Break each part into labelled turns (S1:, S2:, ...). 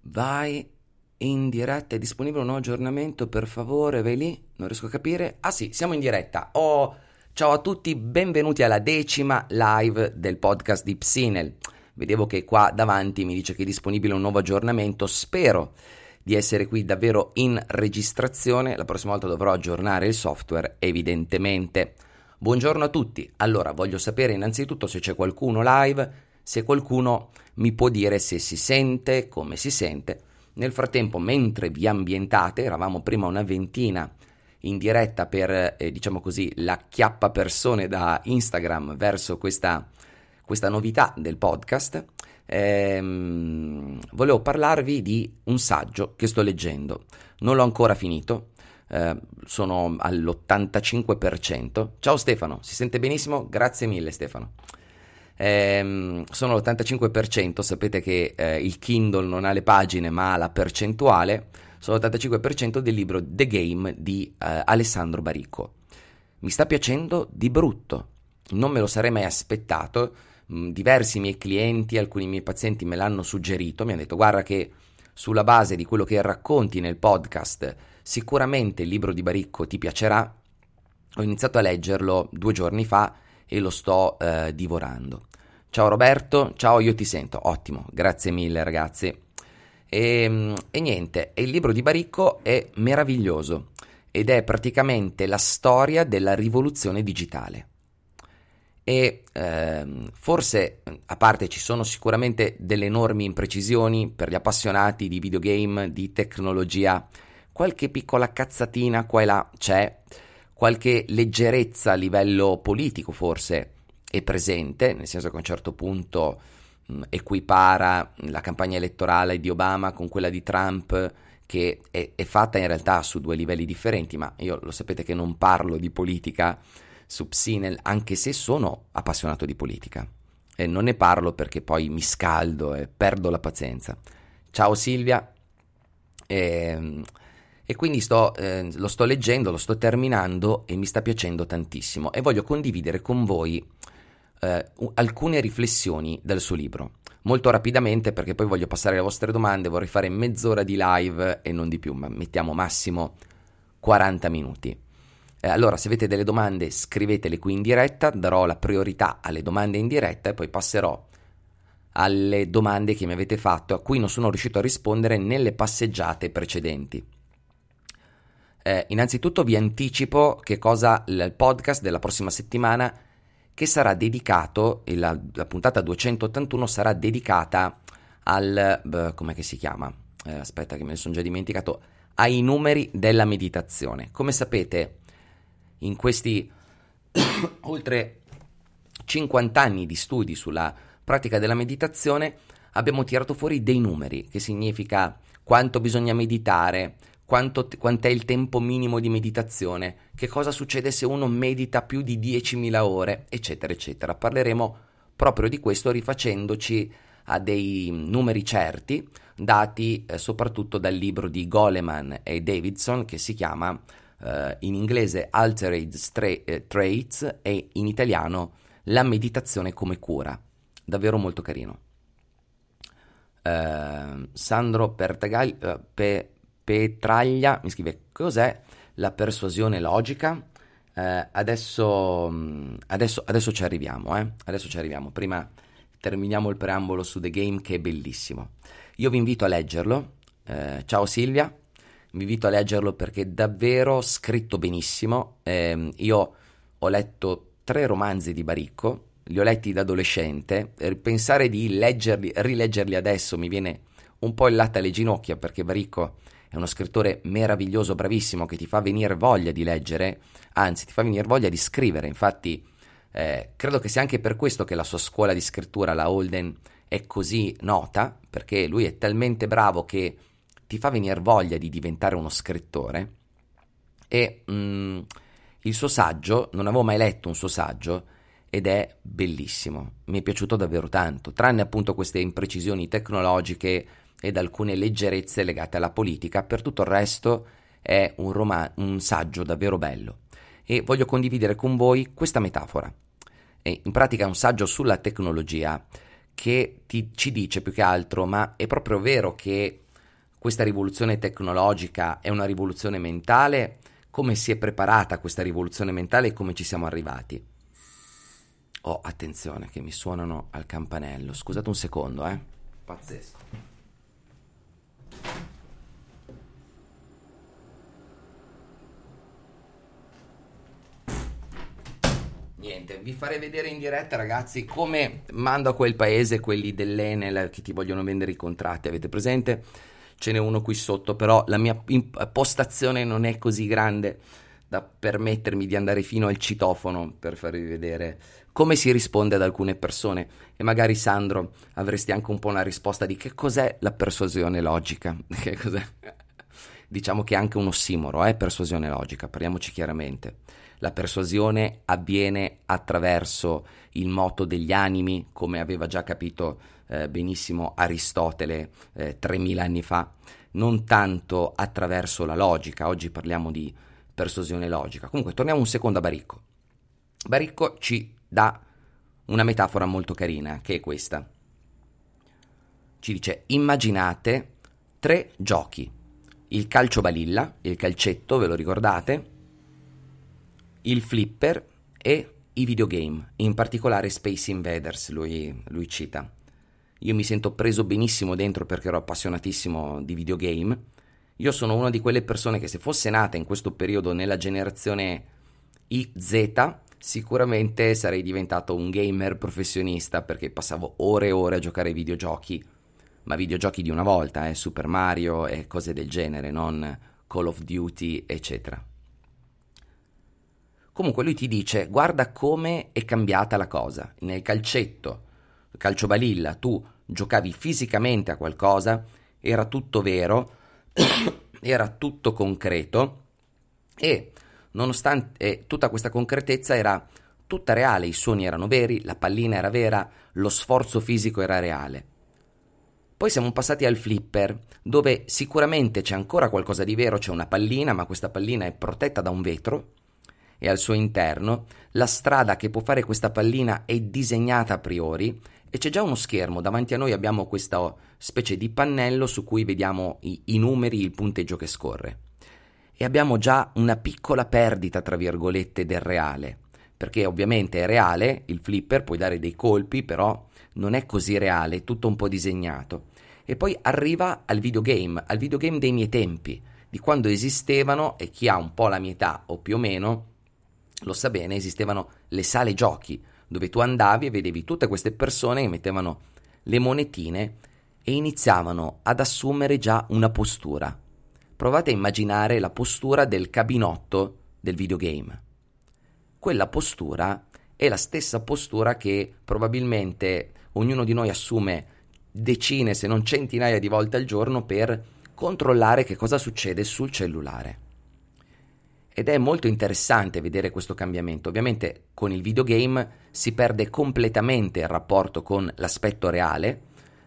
S1: Vai in diretta, è disponibile un nuovo aggiornamento, per favore, vai lì, non riesco a capire. Ah sì, siamo in diretta. Ciao a tutti, benvenuti alla 10ª live del podcast di Psinel. Vedevo che qua davanti mi dice che è disponibile un nuovo aggiornamento, spero di essere qui davvero in registrazione, la prossima volta dovrò aggiornare il software evidentemente. Buongiorno a tutti, allora voglio sapere innanzitutto se c'è qualcuno live, se qualcuno mi può dire se si sente, come si sente. Nel frattempo, mentre vi ambientate, eravamo prima una ventina in diretta per, diciamo così, la chiappa persone da Instagram verso questa novità del podcast. Volevo parlarvi di un saggio che sto leggendo. Non l'ho ancora finito, sono all'85%. Ciao Stefano, si sente benissimo? Grazie mille Stefano. Sono all'85%, sapete che il Kindle non ha le pagine ma ha la percentuale. Sono l'85% del libro The Game di Alessandro Baricco. Mi sta piacendo di brutto, non me lo sarei mai aspettato. Diversi miei clienti, alcuni miei pazienti me l'hanno suggerito, mi hanno detto guarda che sulla base di quello che racconti nel podcast sicuramente il libro di Baricco ti piacerà. Ho iniziato a leggerlo 2 giorni fa e lo sto divorando. Ciao Roberto, ciao, io ti sento, ottimo, grazie mille ragazzi. E niente, il libro di Baricco è meraviglioso ed è praticamente la storia della rivoluzione digitale. E forse, a parte ci sono sicuramente delle enormi imprecisioni per gli appassionati di videogame, di tecnologia, qualche piccola cazzatina qua e là c'è, qualche leggerezza a livello politico forse è presente, nel senso che a un certo punto equipara la campagna elettorale di Obama con quella di Trump, che è fatta in realtà su 2 livelli differenti, ma io lo sapete che non parlo di politica su Psinel, anche se sono appassionato di politica, e non ne parlo perché poi mi scaldo e perdo la pazienza. Ciao Silvia. E quindi lo sto leggendo, lo sto terminando e mi sta piacendo tantissimo e voglio condividere con voi alcune riflessioni del suo libro, molto rapidamente perché poi voglio passare alle vostre domande. Vorrei fare mezz'ora di live e non di più, ma mettiamo massimo 40 minuti. Allora, se avete delle domande scrivetele qui in diretta, darò la priorità alle domande in diretta e poi passerò alle domande che mi avete fatto, a cui non sono riuscito a rispondere nelle passeggiate precedenti. Innanzitutto vi anticipo che cosa il podcast della prossima settimana, che sarà dedicato, la puntata 281 sarà dedicata come che si chiama? Aspetta che me ne sono già dimenticato, ai numeri della meditazione. Come sapete, in questi oltre 50 anni di studi sulla pratica della meditazione abbiamo tirato fuori dei numeri, che significa quanto bisogna meditare, quant'è il tempo minimo di meditazione, che cosa succede se uno medita più di 10.000 ore, eccetera, eccetera. Parleremo proprio di questo rifacendoci a dei numeri certi, dati soprattutto dal libro di Goleman e Davidson, che si chiama in inglese Altered Traits e in italiano La meditazione come cura. Davvero molto carino. Sandro Petraglia mi scrive: cos'è la persuasione logica? Adesso ci arriviamo, adesso ci arriviamo. Prima terminiamo il preambolo su The Game, che è bellissimo. Io vi invito a leggerlo. Ciao Silvia, vi invito a leggerlo perché è davvero scritto benissimo. Io ho letto 3 romanzi di Baricco, li ho letti da adolescente. Pensare di rileggerli adesso mi viene un po' il latte alle ginocchia, perché Baricco è uno scrittore meraviglioso, bravissimo, che ti fa venire voglia di leggere, anzi ti fa venire voglia di scrivere. Infatti credo che sia anche per questo che la sua scuola di scrittura, la Holden, è così nota, perché lui è talmente bravo che ti fa venire voglia di diventare uno scrittore. E il suo saggio, non avevo mai letto un suo saggio, ed è bellissimo, mi è piaciuto davvero tanto, tranne appunto queste imprecisioni tecnologiche ed alcune leggerezze legate alla politica. Per tutto il resto è un saggio davvero bello e voglio condividere con voi questa metafora. In pratica è un saggio sulla tecnologia che ci dice più che altro: ma è proprio vero che questa rivoluzione tecnologica è una rivoluzione mentale, come si è preparata questa rivoluzione mentale e come ci siamo arrivati. Oh, attenzione che mi suonano al campanello, scusate un secondo, pazzesco. Niente, vi farei vedere in diretta, ragazzi, come mando a quel paese quelli dell'Enel che ti vogliono vendere i contratti, avete presente? Ce n'è uno qui sotto, però la mia postazione non è così grande da permettermi di andare fino al citofono per farvi vedere come si risponde ad alcune persone. E magari, Sandro, avresti anche un po' una risposta di che cos'è la persuasione logica. Che cos'è? Diciamo che è anche un ossimoro, persuasione logica, parliamoci chiaramente. La persuasione avviene attraverso il moto degli animi, come aveva già capito benissimo Aristotele 3000 anni fa, non tanto attraverso la logica. Oggi parliamo di persuasione logica. Comunque, torniamo un secondo a Baricco. Baricco ci dà una metafora molto carina, che è questa. Ci dice: immaginate 3 giochi. Il calcio balilla, il calcetto, ve lo ricordate? Il flipper e i videogame, in particolare Space Invaders, lui cita. Io mi sento preso benissimo dentro perché ero appassionatissimo di videogame. Io sono una di quelle persone che, se fosse nata in questo periodo nella generazione IZ, sicuramente sarei diventato un gamer professionista, perché passavo ore e ore a giocare ai videogiochi, ma videogiochi di una volta, Super Mario e cose del genere, non Call of Duty, eccetera. Comunque lui ti dice: guarda come è cambiata la cosa. Nel calcetto, calcio balilla, tu giocavi fisicamente a qualcosa, era tutto vero, era tutto concreto, e nonostante tutta questa concretezza era tutta reale, i suoni erano veri, la pallina era vera, lo sforzo fisico era reale. Poi siamo passati al flipper, dove sicuramente c'è ancora qualcosa di vero, c'è una pallina, ma questa pallina è protetta da un vetro, e al suo interno la strada che può fare questa pallina è disegnata a priori, e c'è già uno schermo. Davanti a noi abbiamo questa specie di pannello su cui vediamo i numeri, il punteggio che scorre, e abbiamo già una piccola perdita, tra virgolette, del reale, perché ovviamente è reale, il flipper puoi dare dei colpi, però non è così reale, è tutto un po' disegnato. E poi arriva al videogame dei miei tempi, di quando esistevano, e chi ha un po' la mia età o più o meno lo sa bene, esistevano le sale giochi, dove tu andavi e vedevi tutte queste persone che mettevano le monetine e iniziavano ad assumere già una postura. Provate a immaginare la postura del cabinotto del videogame. Quella postura è la stessa postura che probabilmente ognuno di noi assume decine, se non centinaia di volte al giorno per controllare che cosa succede sul cellulare. Ed è molto interessante vedere questo cambiamento. Ovviamente con il videogame si perde completamente il rapporto con l'aspetto reale,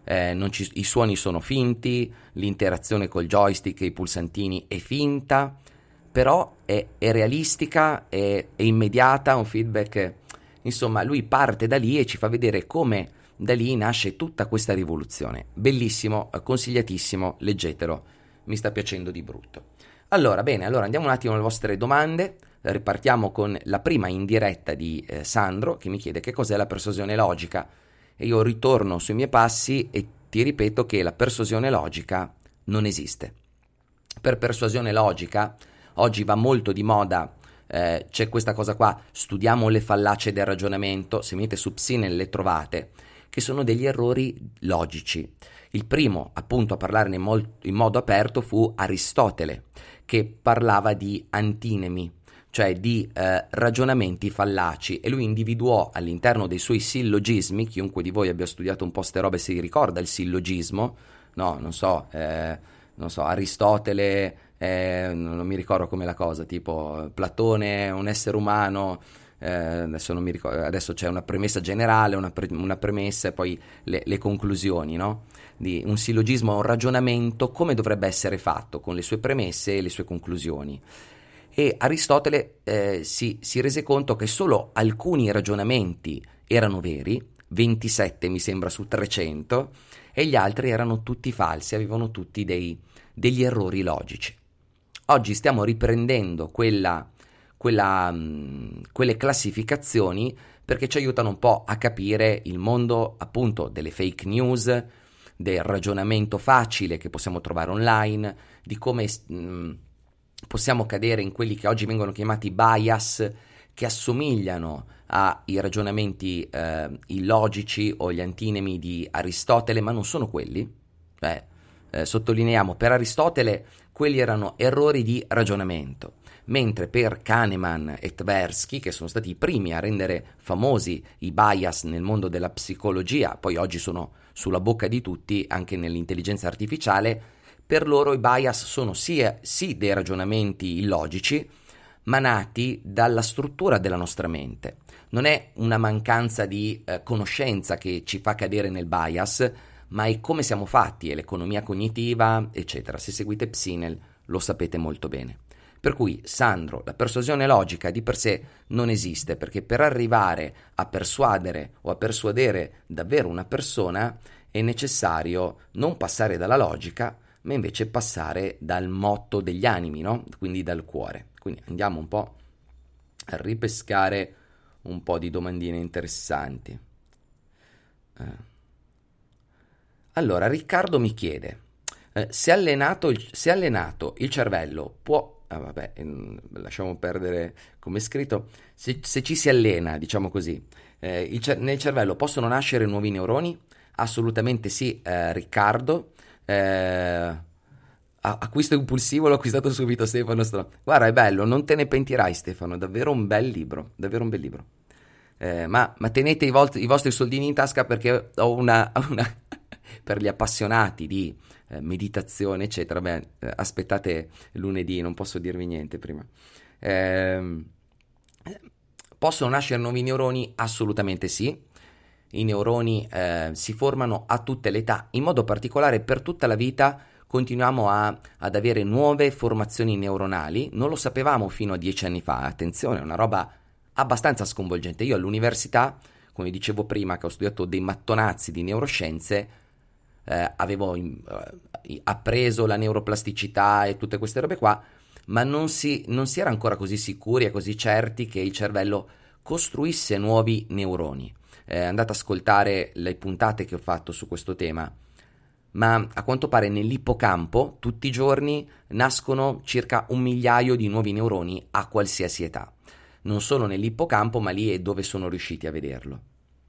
S1: i suoni sono finti, l'interazione col joystick e i pulsantini è finta, però è realistica, è immediata, un feedback. Insomma, lui parte da lì e ci fa vedere come da lì nasce tutta questa rivoluzione. Bellissimo, consigliatissimo, leggetelo, mi sta piacendo di brutto. Allora, bene, andiamo un attimo alle vostre domande. Ripartiamo con la prima in diretta di Sandro, che mi chiede che cos'è la persuasione logica. E io ritorno sui miei passi e ti ripeto che la persuasione logica non esiste. Per persuasione logica oggi va molto di moda, c'è questa cosa qua: studiamo le fallacie del ragionamento. Se mettete su Psinel le trovate, che sono degli errori logici. Il primo, appunto, a parlarne in modo aperto fu Aristotele, che parlava di antinemi, cioè di ragionamenti fallaci, e lui individuò all'interno dei suoi sillogismi. Chiunque di voi abbia studiato un po' ste robe si ricorda il sillogismo, no? Non so, Aristotele, non mi ricordo come la cosa, tipo Platone è un essere umano, adesso non mi ricordo, adesso c'è una premessa generale, una premessa e poi le conclusioni, no? Di un sillogismo, un ragionamento come dovrebbe essere fatto, con le sue premesse e le sue conclusioni. E Aristotele si rese conto che solo alcuni ragionamenti erano veri, 27 mi sembra su 300, e gli altri erano tutti falsi, avevano tutti degli errori logici. Oggi stiamo riprendendo quelle classificazioni perché ci aiutano un po' a capire il mondo appunto delle fake news, del ragionamento facile che possiamo trovare online, di come possiamo cadere in quelli che oggi vengono chiamati bias, che assomigliano ai ragionamenti illogici o gli antinemi di Aristotele, ma non sono quelli. Sottolineiamo, per Aristotele quelli erano errori di ragionamento, mentre per Kahneman e Tversky, che sono stati i primi a rendere famosi i bias nel mondo della psicologia, poi oggi sono sulla bocca di tutti anche nell'intelligenza artificiale, per loro i bias sono sì dei ragionamenti illogici, ma nati dalla struttura della nostra mente. Non è una mancanza di conoscenza che ci fa cadere nel bias, ma è come siamo fatti, è l'economia cognitiva, eccetera. Se seguite Psinel lo sapete molto bene. Per cui, Sandro, la persuasione logica di per sé non esiste, perché per arrivare a persuadere o a persuadere davvero una persona è necessario non passare dalla logica, ma invece passare dal motto degli animi, no? Quindi dal cuore. Quindi andiamo un po' a ripescare un po' di domandine interessanti. Allora, Riccardo mi chiede, se allenato il cervello può... lasciamo perdere come è scritto, se ci si allena, diciamo così, nel cervello possono nascere nuovi neuroni? Assolutamente sì, Riccardo. Acquisto impulsivo, l'ho acquistato subito, Stefano. Guarda, è bello, non te ne pentirai, Stefano, davvero un bel libro, davvero un bel libro. Ma tenete i vostri soldini in tasca, perché ho una per gli appassionati di meditazione, eccetera. Aspettate lunedì, non posso dirvi niente prima. Possono nascere nuovi neuroni? Assolutamente sì. I neuroni si formano a tutte le età, in modo particolare per tutta la vita continuiamo ad avere nuove formazioni neuronali. Non lo sapevamo fino a 10 anni fa, attenzione, è una roba abbastanza sconvolgente. Io all'università, come dicevo prima, che ho studiato dei mattonazzi di neuroscienze, avevo appreso la neuroplasticità e tutte queste robe qua, ma non si era ancora così sicuri e così certi che il cervello costruisse nuovi neuroni. Andate ad ascoltare le puntate che ho fatto su questo tema, ma a quanto pare nell'ippocampo tutti i giorni nascono circa 1 migliaio di nuovi neuroni a qualsiasi età. Non solo nell'ippocampo, ma lì è dove sono riusciti a vederlo.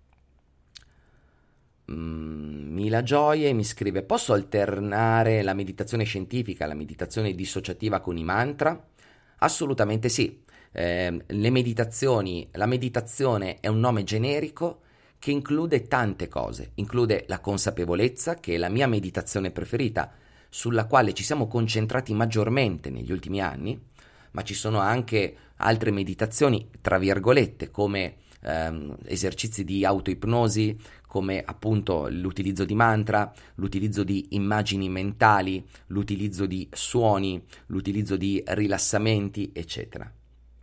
S1: Mila Gioie mi scrive: posso alternare la meditazione scientifica, la meditazione dissociativa con i mantra? Assolutamente sì. La meditazione è un nome generico che include tante cose. Include la consapevolezza, che è la mia meditazione preferita, sulla quale ci siamo concentrati maggiormente negli ultimi anni, ma ci sono anche altre meditazioni, tra virgolette, come esercizi di autoipnosi, come appunto l'utilizzo di mantra, l'utilizzo di immagini mentali, l'utilizzo di suoni, l'utilizzo di rilassamenti, eccetera.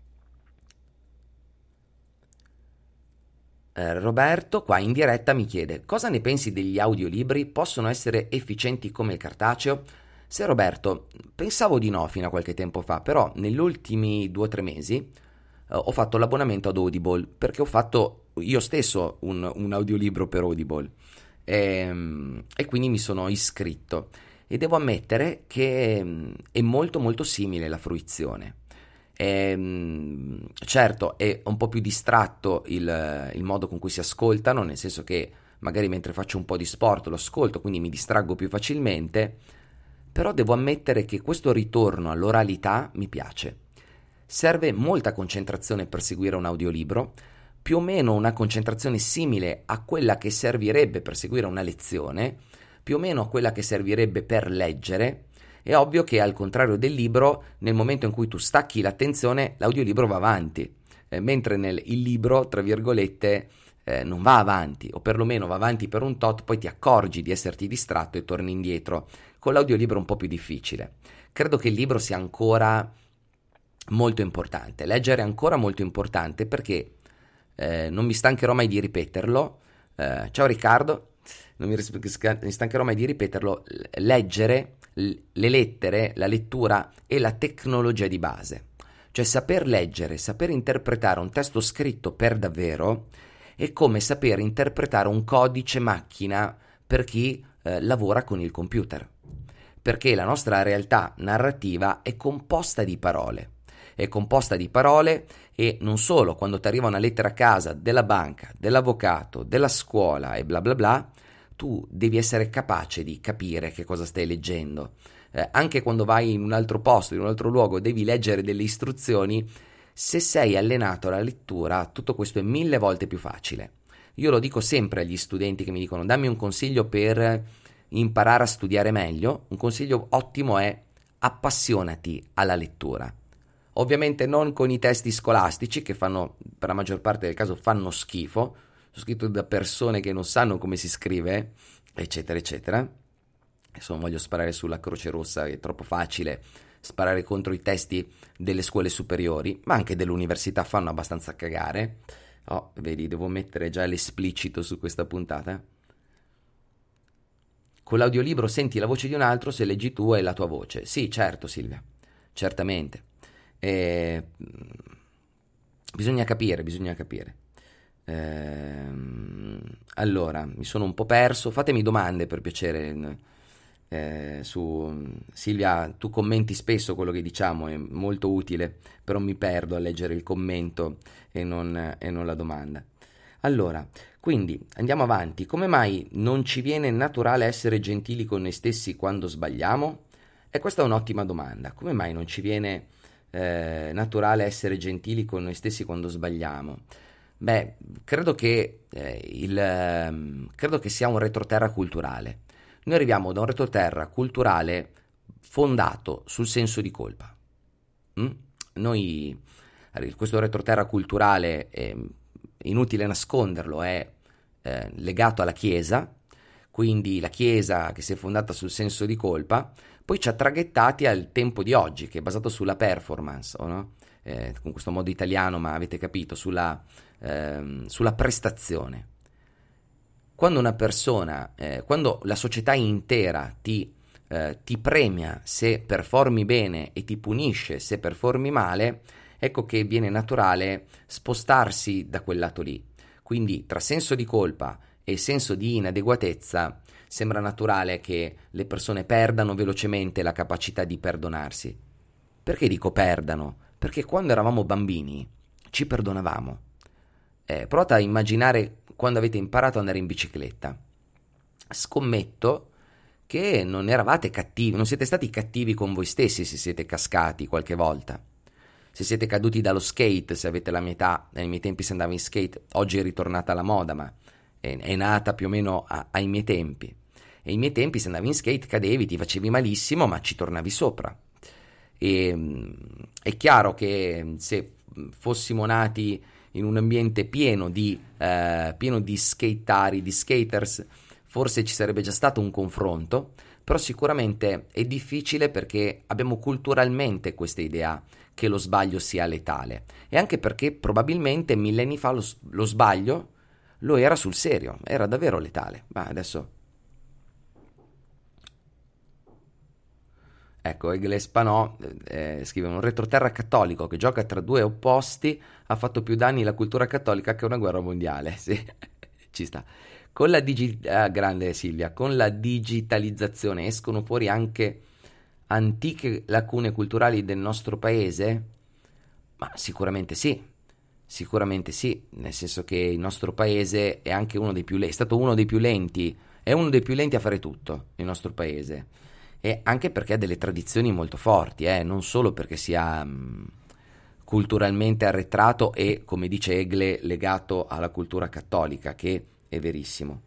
S1: Roberto, qua in diretta, mi chiede: cosa ne pensi degli audiolibri? Possono essere efficienti come il cartaceo? Se Roberto, pensavo di no fino a qualche tempo fa, però negli ultimi 2 o 3 mesi ho fatto l'abbonamento ad Audible, perché ho fatto io stesso un audiolibro per Audible e quindi mi sono iscritto e devo ammettere che è molto molto simile la fruizione. Certo, è un po' più distratto il modo con cui si ascoltano, nel senso che magari mentre faccio un po' di sport lo ascolto, quindi mi distraggo più facilmente, però devo ammettere che questo ritorno all'oralità mi piace. Serve molta concentrazione per seguire un audiolibro, più o meno una concentrazione simile a quella che servirebbe per seguire una lezione, più o meno a quella che servirebbe per leggere. È ovvio che al contrario del libro, nel momento in cui tu stacchi l'attenzione, l'audiolibro va avanti, mentre il libro, tra virgolette, non va avanti, o perlomeno va avanti per un tot, poi ti accorgi di esserti distratto e torni indietro. Con l'audiolibro è un po' più difficile. Credo che il libro sia ancora molto importante, leggere è ancora molto importante, perché non mi stancherò mai di ripeterlo. Ciao Riccardo, mi stancherò mai di ripeterlo, leggere le lettere, la lettura e la tecnologia di base. Cioè saper leggere, saper interpretare un testo scritto per davvero è come saper interpretare un codice macchina per chi lavora con il computer. Perché la nostra realtà narrativa è composta di parole. È composta di parole e non solo, quando ti arriva una lettera a casa della banca, dell'avvocato, della scuola e bla bla bla, tu devi essere capace di capire che cosa stai leggendo. Anche quando vai in un altro posto, in un altro luogo, devi leggere delle istruzioni. Se sei allenato alla lettura, tutto questo è 1000 volte più facile. Io lo dico sempre agli studenti che mi dicono dammi un consiglio per imparare a studiare meglio. Un consiglio ottimo è appassionati alla lettura. Ovviamente non con i testi scolastici che fanno, per la maggior parte del caso, fanno schifo, sono scritti da persone che non sanno come si scrive, eccetera, eccetera. Adesso non voglio sparare sulla Croce Rossa, è troppo facile sparare contro i testi delle scuole superiori, ma anche dell'università fanno abbastanza cagare. Oh, vedi, devo mettere già l'esplicito su questa puntata. Con l'audiolibro senti la voce di un altro se leggi tu e la tua voce. Sì, certo Silvia, certamente. Bisogna capire. Allora, mi sono un po' perso. Fatemi domande per piacere. Silvia, tu commenti spesso quello che diciamo, è molto utile, però mi perdo a leggere il commento e non la domanda. Allora, quindi andiamo avanti. Come mai non ci viene naturale essere gentili con noi stessi quando sbagliamo? E questa è un'ottima domanda. Come mai non ci viene naturale essere gentili con noi stessi quando sbagliamo? Beh, credo che sia un retroterra culturale. Noi arriviamo da un retroterra culturale fondato sul senso di colpa. Questo retroterra culturale, è inutile nasconderlo, è legato alla Chiesa, quindi la Chiesa che si è fondata sul senso di colpa, poi ci ha traghettati al tempo di oggi, che è basato sulla performance, no? Con questo modo italiano, ma avete capito, sulla prestazione. Quando una persona, quando la società intera ti premia se performi bene e ti punisce se performi male, ecco che viene naturale spostarsi da quel lato lì. Quindi tra senso di colpa e senso di inadeguatezza sembra naturale che le persone perdano velocemente la capacità di perdonarsi. Perché dico perdano? Perché quando eravamo bambini ci perdonavamo. Provate a immaginare quando avete imparato ad andare in bicicletta. Scommetto che non eravate cattivi, non siete stati cattivi con voi stessi se siete cascati qualche volta. Se siete caduti dallo skate, se avete la mia età, nei miei tempi si andava in skate, oggi è ritornata la moda, ma è nata più o meno ai miei tempi. E ai miei tempi se andavi in skate cadevi, ti facevi malissimo, ma ci tornavi sopra. E è chiaro che se fossimo nati in un ambiente pieno di skatari, di skaters, forse ci sarebbe già stato un confronto, però sicuramente è difficile perché abbiamo culturalmente questa idea che lo sbaglio sia letale, e anche perché probabilmente millenni fa lo sbaglio lo era sul serio, era davvero letale. Ma adesso ecco, Egle Spanò scrive: un retroterra cattolico che gioca tra due opposti ha fatto più danni alla cultura cattolica che una guerra mondiale. Sì, ci sta. Con la grande Silvia, con la digitalizzazione escono fuori anche antiche lacune culturali del nostro paese? Ma sicuramente sì, nel senso che il nostro paese è anche uno dei più lenti, è stato uno dei più lenti, è uno dei più lenti a fare tutto, il nostro paese. E anche perché ha delle tradizioni molto forti, non solo perché sia culturalmente arretrato e, come dice Egle, legato alla cultura cattolica, che è verissimo.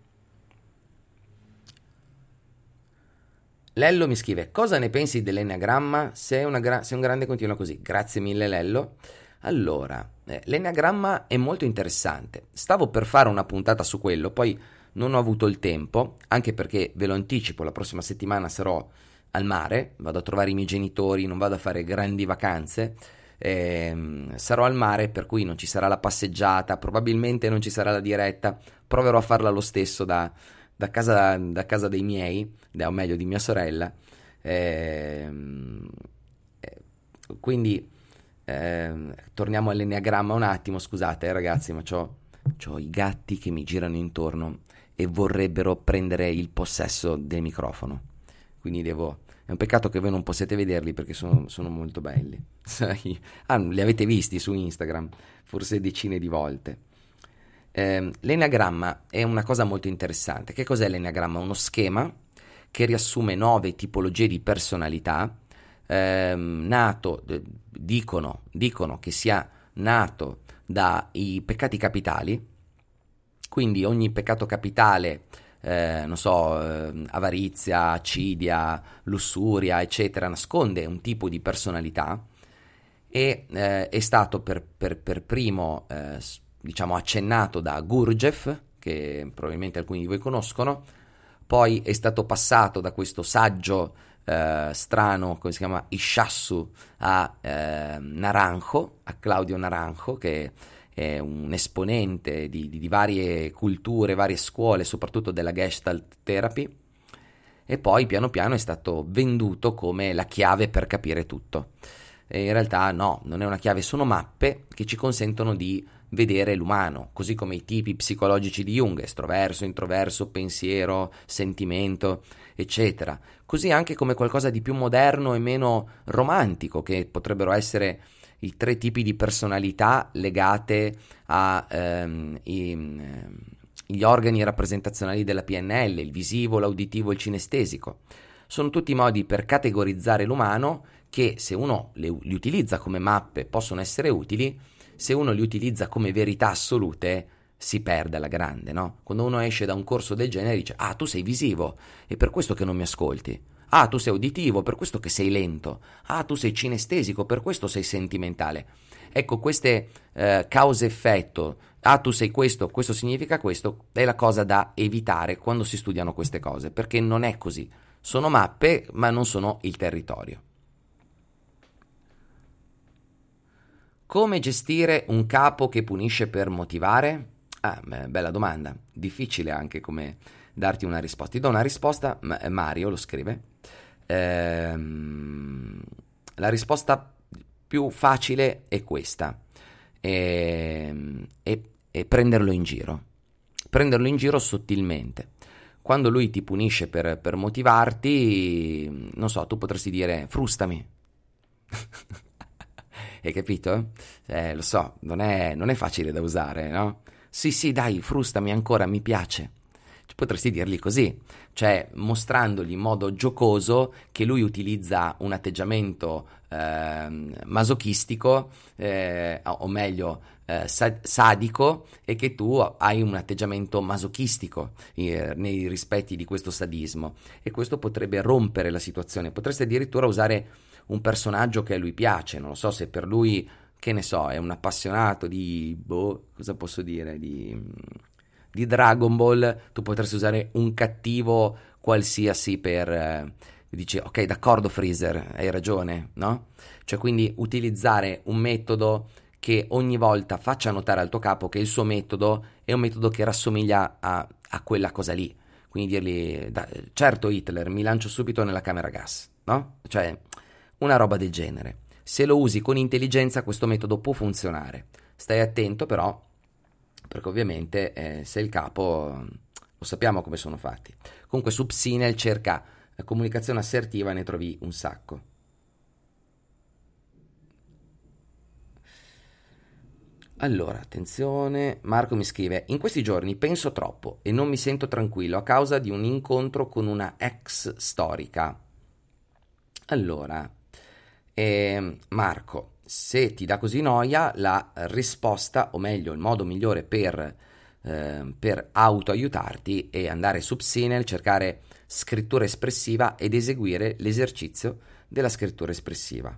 S1: Lello mi scrive: cosa ne pensi dell'enneagramma? Se un grande continua così. Grazie mille Lello. Allora, l'enneagramma è molto interessante. Stavo per fare una puntata su quello, poi non ho avuto il tempo, anche perché, ve lo anticipo, la prossima settimana sarò al mare, vado a trovare i miei genitori, non vado a fare grandi vacanze, sarò al mare, per cui non ci sarà la passeggiata, probabilmente non ci sarà la diretta, proverò a farla lo stesso da da casa dei miei, o meglio di mia sorella. Ehm, quindi torniamo all'enneagramma un attimo, scusate ragazzi, ma c'ho i gatti che mi girano intorno e vorrebbero prendere il possesso del microfono, quindi è un peccato che voi non possiate vederli perché sono molto belli. Li avete visti su Instagram forse decine di volte. L'enneagramma è una cosa molto interessante. Che cos'è l'enneagramma? Uno schema che riassume 9 tipologie di personalità, dicono che sia nato dai peccati capitali, quindi ogni peccato capitale, non so, avarizia, accidia, lussuria, eccetera, nasconde un tipo di personalità e è stato per primo, diciamo, accennato da Gurdjieff, che probabilmente alcuni di voi conoscono. Poi è stato passato da questo saggio strano, come si chiama, Ishassu, a Naranjo, a Claudio Naranjo, che è un esponente di varie culture, varie scuole, soprattutto della Gestalt Therapy, e poi piano piano è stato venduto come la chiave per capire tutto. E in realtà no, non è una chiave, sono mappe che ci consentono di vedere l'umano, così come i tipi psicologici di Jung, estroverso, introverso, pensiero, sentimento, eccetera. Così anche come qualcosa di più moderno e meno romantico, che potrebbero essere i 3 tipi di personalità legate gli organi rappresentazionali della PNL, il visivo, l'auditivo, il cinestesico. Sono tutti modi per categorizzare l'umano che, se uno li utilizza come mappe, possono essere utili. Se uno li utilizza come verità assolute, si perde alla grande, no? Quando uno esce da un corso del genere dice: ah, tu sei visivo, è per questo che non mi ascolti. Ah, tu sei uditivo, per questo che sei lento. Ah, tu sei cinestesico, per questo sei sentimentale. Ecco, queste causa-effetto, ah, tu sei questo, questo significa questo, è la cosa da evitare quando si studiano queste cose, perché non è così. Sono mappe, ma non sono il territorio. Come gestire un capo che punisce per motivare? Bella domanda, difficile anche come darti una risposta. Ti do una risposta, Mario lo scrive. La risposta più facile è questa, è prenderlo in giro sottilmente. Quando lui ti punisce per motivarti, non so, tu potresti dire: frustami. Hai capito? Lo so, non è facile da usare, no? Sì, dai, frustami ancora, mi piace. Potresti dirgli così, cioè mostrandogli in modo giocoso che lui utilizza un atteggiamento masochistico, o meglio sadico, e che tu hai un atteggiamento masochistico nei rispetti di questo sadismo, e questo potrebbe rompere la situazione. Potresti addirittura usare un personaggio che a lui piace, non lo so, se per lui, che ne so, è un appassionato di, cosa posso dire, di Dragon Ball, tu potresti usare un cattivo qualsiasi per dici: ok, d'accordo Freezer, hai ragione, no? Cioè, quindi utilizzare un metodo che ogni volta faccia notare al tuo capo che il suo metodo è un metodo che rassomiglia a quella cosa lì. Quindi dirgli: certo Hitler, mi lancio subito nella camera gas, no? Cioè, una roba del genere. Se lo usi con intelligenza, questo metodo può funzionare. Stai attento però, perché ovviamente se il capo, lo sappiamo come sono fatti. Comunque su Psinel cerca comunicazione assertiva, ne trovi un sacco. Allora, attenzione, Marco mi scrive: in questi giorni penso troppo e non mi sento tranquillo a causa di un incontro con una ex storica. Allora, Marco, se ti dà così noia, la risposta, o meglio il modo migliore per autoaiutarti è andare su Psinel, cercare scrittura espressiva ed eseguire l'esercizio della scrittura espressiva.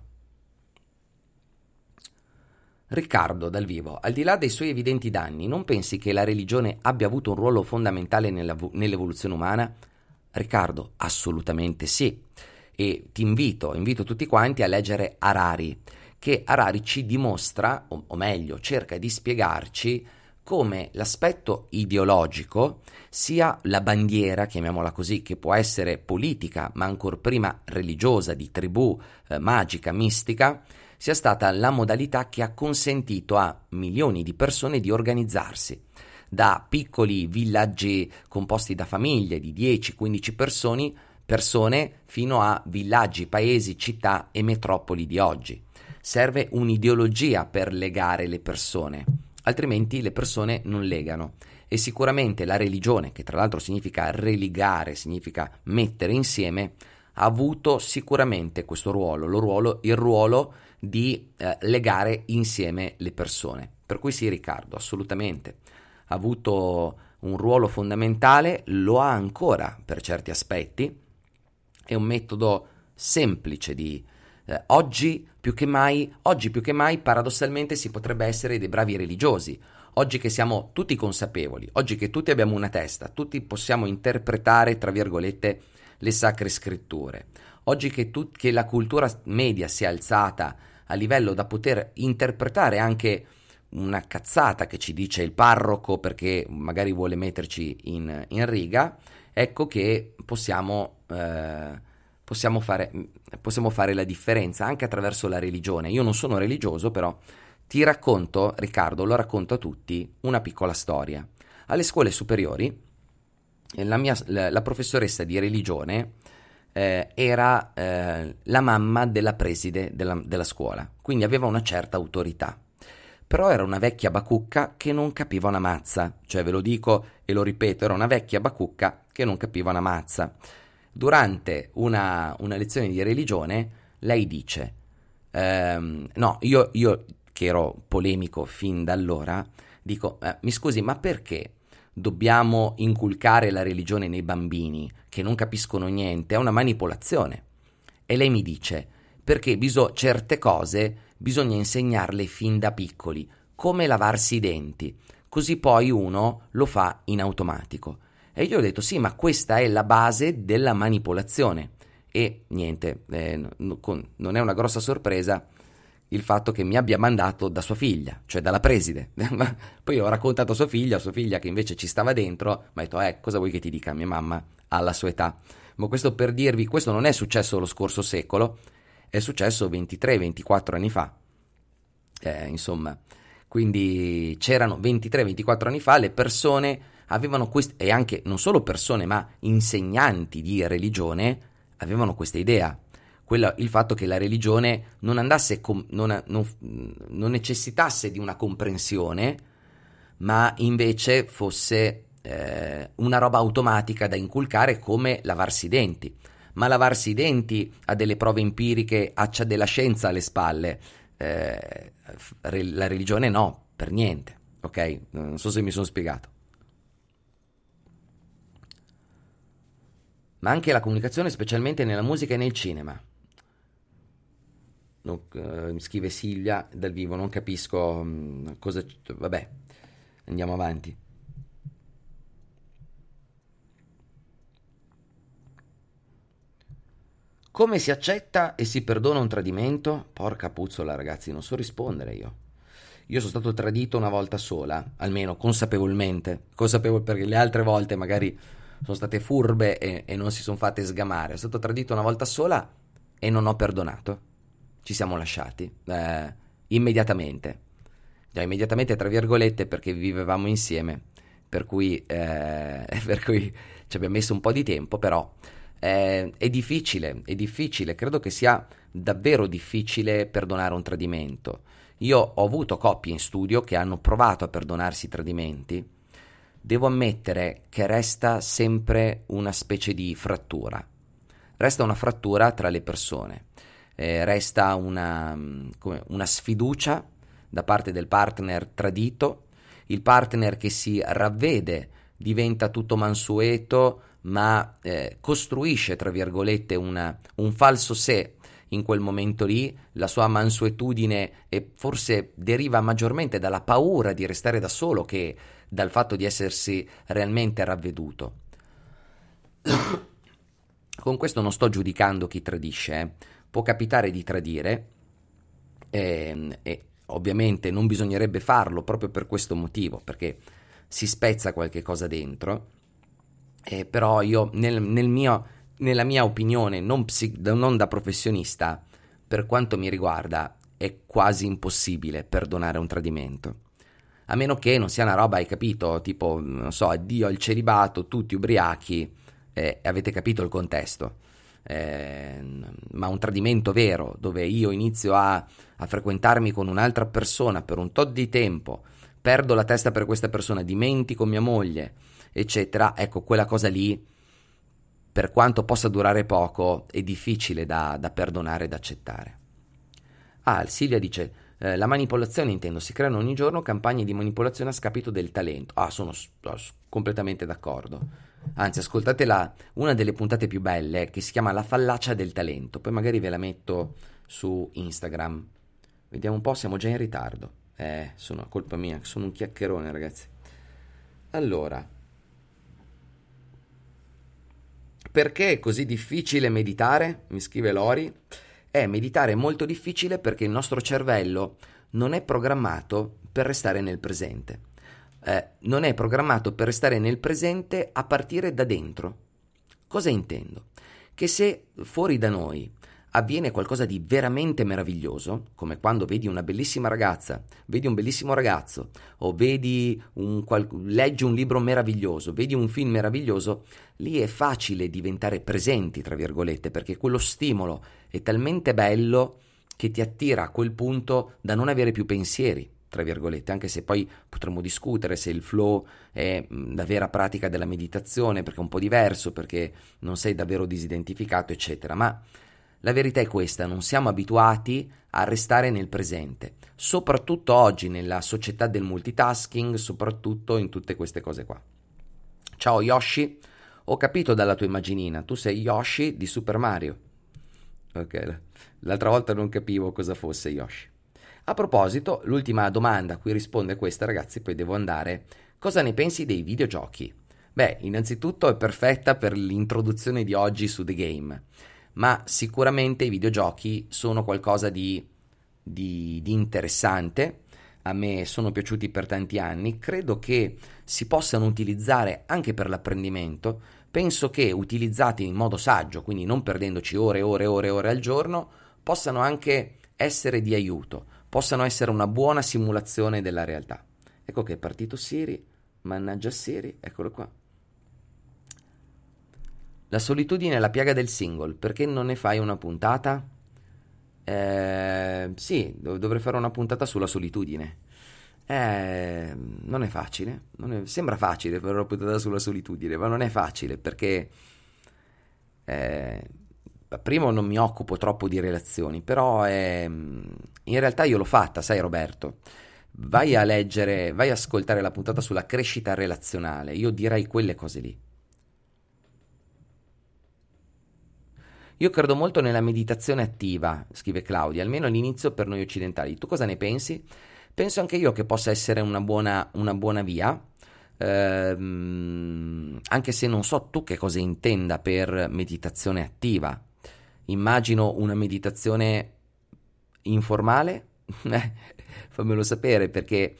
S1: Riccardo dal vivo: al di là dei suoi evidenti danni, non pensi che la religione abbia avuto un ruolo fondamentale nell'evoluzione umana? Riccardo, assolutamente sì. E ti invito tutti quanti a leggere Harari, che Harari ci dimostra, o meglio cerca di spiegarci come l'aspetto ideologico sia la bandiera, chiamiamola così, che può essere politica, ma ancor prima religiosa, di tribù, magica, mistica, sia stata la modalità che ha consentito a milioni di persone di organizzarsi, da piccoli villaggi composti da famiglie di 10-15 persone fino a villaggi, paesi, città e metropoli di oggi. Serve un'ideologia per legare le persone, altrimenti le persone non legano. E sicuramente la religione, che tra l'altro significa religare, significa mettere insieme, ha avuto sicuramente questo ruolo, il ruolo di legare insieme le persone. Per cui sì, Riccardo, assolutamente. Ha avuto un ruolo fondamentale, lo ha ancora per certi aspetti, è un metodo semplice di oggi più che mai paradossalmente si potrebbe essere dei bravi religiosi. Oggi che siamo tutti consapevoli, oggi che tutti abbiamo una testa, tutti possiamo interpretare, tra virgolette, le sacre scritture. Oggi che la cultura media si è alzata a livello da poter interpretare anche una cazzata che ci dice il parroco perché magari vuole metterci in riga, ecco che possiamo fare la differenza anche attraverso la religione. Io non sono religioso, però ti racconto, Riccardo, lo racconto a tutti, una piccola storia. Alle scuole superiori, la professoressa di religione era la mamma della preside della scuola, quindi aveva una certa autorità. Però era una vecchia bacucca che non capiva una mazza, cioè ve lo dico e lo ripeto, era una vecchia bacucca che non capiva una mazza. Durante una lezione di religione lei dice, no, io che ero polemico fin da allora, dico, mi scusi, ma perché dobbiamo inculcare la religione nei bambini che non capiscono niente? È una manipolazione. E lei mi dice, perché certe cose bisogna insegnarle fin da piccoli, come lavarsi i denti, così poi uno lo fa in automatico. E io ho detto, sì, ma questa è la base della manipolazione. E niente, non è una grossa sorpresa il fatto che mi abbia mandato da sua figlia, cioè dalla preside. Poi ho raccontato a sua figlia che invece ci stava dentro, mi ha detto, cosa vuoi che ti dica mia mamma alla sua età? Ma questo per dirvi, questo non è successo lo scorso secolo, è successo 23-24 anni fa. Insomma, quindi c'erano 23-24 anni fa, le persone avevano e anche non solo persone, ma insegnanti di religione avevano questa idea. Il fatto che la religione non andasse non necessitasse di una comprensione, ma invece fosse una roba automatica da inculcare come lavarsi i denti. Ma lavarsi i denti ha delle prove empiriche, c'ha della scienza alle spalle. La religione no, per niente, ok? Non so se mi sono spiegato. Ma anche la comunicazione, specialmente nella musica e nel cinema. Scrive Silvia dal vivo, non capisco cosa. Vabbè, andiamo avanti. Come si accetta e si perdona un tradimento? Porca puzzola, ragazzi, non so rispondere io. Io sono stato tradito una volta sola, almeno consapevolmente. Perché le altre volte magari sono state furbe e non si sono fatte sgamare. Sono stato tradito una volta sola e non ho perdonato. Ci siamo lasciati immediatamente. Già, immediatamente tra virgolette perché vivevamo insieme. Per cui ci abbiamo messo un po' di tempo, però è difficile, credo che sia davvero difficile perdonare un tradimento. Io ho avuto coppie in studio che hanno provato a perdonarsi i tradimenti. Devo ammettere che resta sempre una specie di frattura. Resta una frattura tra le persone. Resta una sfiducia da parte del partner tradito. Il partner che si ravvede diventa tutto mansueto, ma costruisce, tra virgolette, un falso sé in quel momento lì. La sua mansuetudine forse deriva maggiormente dalla paura di restare da solo che dal fatto di essersi realmente ravveduto. Con questo non sto giudicando chi tradisce, può capitare di tradire, Ovviamente non bisognerebbe farlo proprio per questo motivo, perché si spezza qualche cosa dentro, però io nella mia opinione, non da professionista, per quanto mi riguarda, è quasi impossibile perdonare un tradimento. A meno che non sia una roba, hai capito, tipo, non so, addio al celibato, tutti ubriachi, avete capito il contesto. Ma un tradimento vero, dove io inizio a frequentarmi con un'altra persona per un tot di tempo, perdo la testa per questa persona, dimentico mia moglie, eccetera, ecco, quella cosa lì, per quanto possa durare poco, è difficile da perdonare e da accettare. Silvia dice, la manipolazione intendo, si creano ogni giorno campagne di manipolazione a scapito del talento. Sono completamente d'accordo. Anzi, ascoltate una delle puntate più belle che si chiama La fallacia del talento, poi magari ve la metto su Instagram. Vediamo un po', siamo già in ritardo. Sono colpa mia, sono un chiacchierone, ragazzi. Allora, perché è così difficile meditare? Mi scrive Lori. Meditare è molto difficile perché il nostro cervello non è programmato per restare nel presente. Non è programmato per restare nel presente a partire da dentro. Cosa intendo? Che se fuori da noi avviene qualcosa di veramente meraviglioso, come quando vedi una bellissima ragazza, vedi un bellissimo ragazzo, o leggi un libro meraviglioso, vedi un film meraviglioso, lì è facile diventare presenti, tra virgolette, perché quello stimolo è talmente bello che ti attira a quel punto da non avere più pensieri, tra virgolette, anche se poi potremmo discutere se il flow è la vera pratica della meditazione, perché è un po' diverso, perché non sei davvero disidentificato, eccetera, ma la verità è questa, non siamo abituati a restare nel presente, soprattutto oggi nella società del multitasking, soprattutto in tutte queste cose qua. Ciao Yoshi, ho capito dalla tua immaginina, tu sei Yoshi di Super Mario. Ok, l'altra volta non capivo cosa fosse Yoshi. A proposito, l'ultima domanda a cui rispondo è questa, ragazzi, poi devo andare. Cosa ne pensi dei videogiochi? Beh, innanzitutto è perfetta per l'introduzione di oggi su The Game, ma sicuramente i videogiochi sono qualcosa di interessante. A me sono piaciuti per tanti anni, credo che si possano utilizzare anche per l'apprendimento. Penso che utilizzati in modo saggio, quindi non perdendoci ore e ore e ore e ore al giorno, possano anche essere di aiuto, possano essere una buona simulazione della realtà. Ecco che è partito Siri, mannaggia Siri, eccolo qua. La solitudine è la piaga del single, perché non ne fai una puntata? Sì, dovrei fare una puntata sulla solitudine. Non è facile, sembra facile fare una puntata sulla solitudine, ma non è facile perché primo non mi occupo troppo di relazioni, però in realtà io l'ho fatta, sai Roberto, vai a leggere, vai a ascoltare la puntata sulla crescita relazionale, io direi quelle cose lì. Io credo molto nella meditazione attiva, scrive Claudia, almeno all'inizio per noi occidentali. Tu cosa ne pensi? Penso anche io che possa essere una buona via, anche se non so tu che cosa intenda per meditazione attiva. Immagino una meditazione informale? Fammelo sapere perché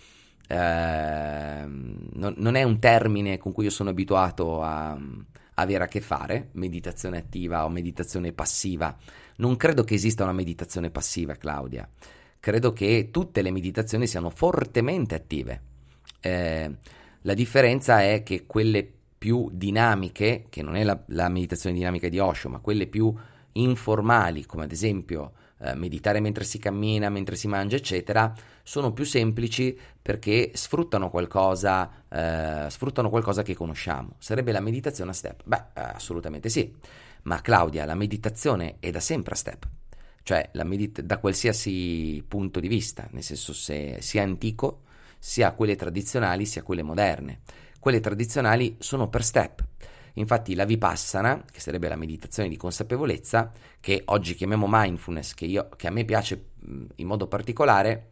S1: non è un termine con cui io sono abituato a avere a che fare, meditazione attiva o meditazione passiva. Non credo che esista una meditazione passiva, Claudia. Credo che tutte le meditazioni siano fortemente attive. La differenza è che quelle più dinamiche, che non è la meditazione dinamica di Osho, ma quelle più informali, come ad esempio meditare mentre si cammina, mentre si mangia, eccetera, sono più semplici perché sfruttano qualcosa che conosciamo. Sarebbe la meditazione a step? Beh, assolutamente sì. Ma Claudia, la meditazione è da sempre a step. Cioè, da qualsiasi punto di vista, nel senso sia antico, sia quelle tradizionali, sia quelle moderne. Quelle tradizionali sono per step. Infatti la Vipassana, che sarebbe la meditazione di consapevolezza, che oggi chiamiamo mindfulness, che a me piace in modo particolare,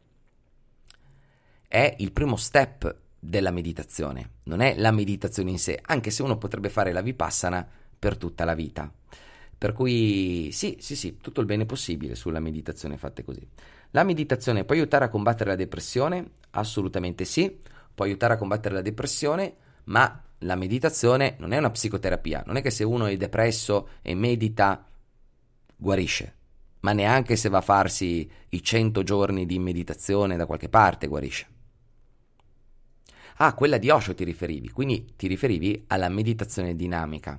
S1: è il primo step della meditazione, non è la meditazione in sé, anche se uno potrebbe fare la Vipassana per tutta la vita. Per cui sì, sì, sì, tutto il bene possibile sulla meditazione fatte così. La meditazione può aiutare a combattere la depressione? Assolutamente sì, può aiutare a combattere la depressione, ma la meditazione non è una psicoterapia, non è che se uno è depresso e medita guarisce, ma neanche se va a farsi i 100 giorni di meditazione da qualche parte guarisce. Ah, quella di Osho ti riferivi, quindi ti riferivi alla meditazione dinamica.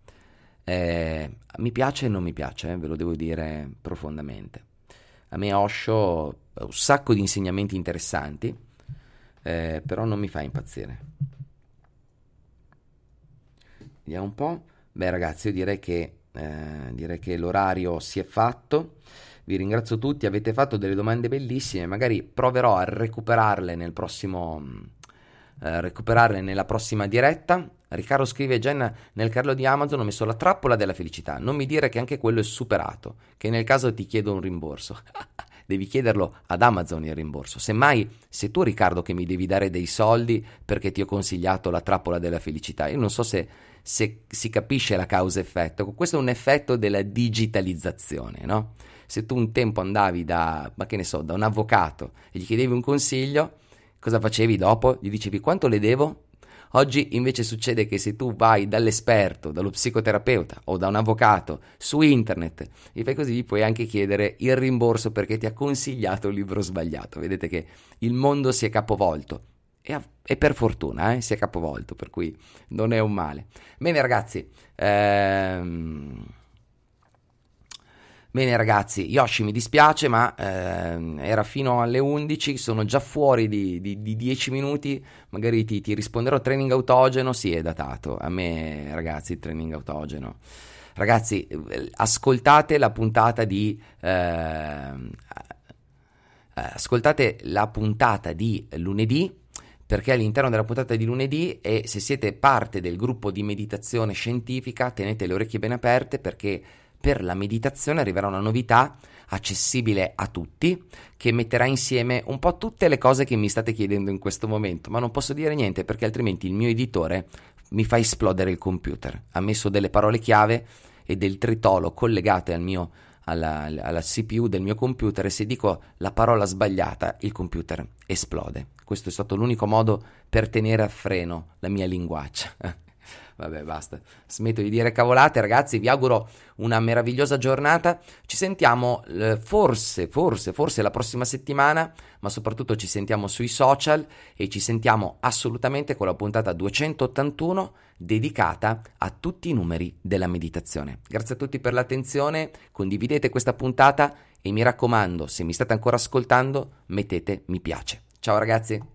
S1: Mi piace e non mi piace, ve lo devo dire profondamente. A me Osho ha un sacco di insegnamenti interessanti, però non mi fa impazzire. Vediamo un po'. Beh ragazzi, io direi che l'orario si è fatto. Vi ringrazio tutti, avete fatto delle domande bellissime, magari proverò a recuperarle nella prossima diretta. Riccardo scrive: Jenna, nel carrello di Amazon ho messo la trappola della felicità, non mi dire che anche quello è superato, che nel caso ti chiedo un rimborso. Devi chiederlo ad Amazon il rimborso. Semmai, se tu Riccardo che mi devi dare dei soldi perché ti ho consigliato la trappola della felicità, io non so se si capisce la causa-effetto. Questo è un effetto della digitalizzazione, no? Se tu un tempo andavi da un avvocato e gli chiedevi un consiglio, cosa facevi dopo? Gli dicevi quanto le devo? Oggi invece succede che se tu vai dall'esperto, dallo psicoterapeuta o da un avvocato su internet e fai così, gli puoi anche chiedere il rimborso perché ti ha consigliato il libro sbagliato. Vedete che il mondo si è capovolto e per fortuna si è capovolto, per cui non è un male. Bene ragazzi, Yoshi mi dispiace ma era fino alle 11, sono già fuori di 10 minuti, magari ti risponderò. Training autogeno, sì è datato, a me ragazzi il training autogeno. Ragazzi ascoltate la puntata di lunedì, perché all'interno della puntata di lunedì, e se siete parte del gruppo di meditazione scientifica tenete le orecchie ben aperte, perché per la meditazione arriverà una novità accessibile a tutti che metterà insieme un po' tutte le cose che mi state chiedendo in questo momento, ma non posso dire niente perché altrimenti il mio editore mi fa esplodere il computer. Ha messo delle parole chiave e del tritolo collegate alla CPU del mio computer, e se dico la parola sbagliata il computer esplode. Questo è stato l'unico modo per tenere a freno la mia linguaccia. Vabbè, basta, smetto di dire cavolate ragazzi, vi auguro una meravigliosa giornata, ci sentiamo forse la prossima settimana, ma soprattutto ci sentiamo sui social e ci sentiamo assolutamente con la puntata 281 dedicata a tutti i numeri della meditazione. Grazie a tutti per l'attenzione, condividete questa puntata e mi raccomando, se mi state ancora ascoltando, mettete mi piace. Ciao ragazzi!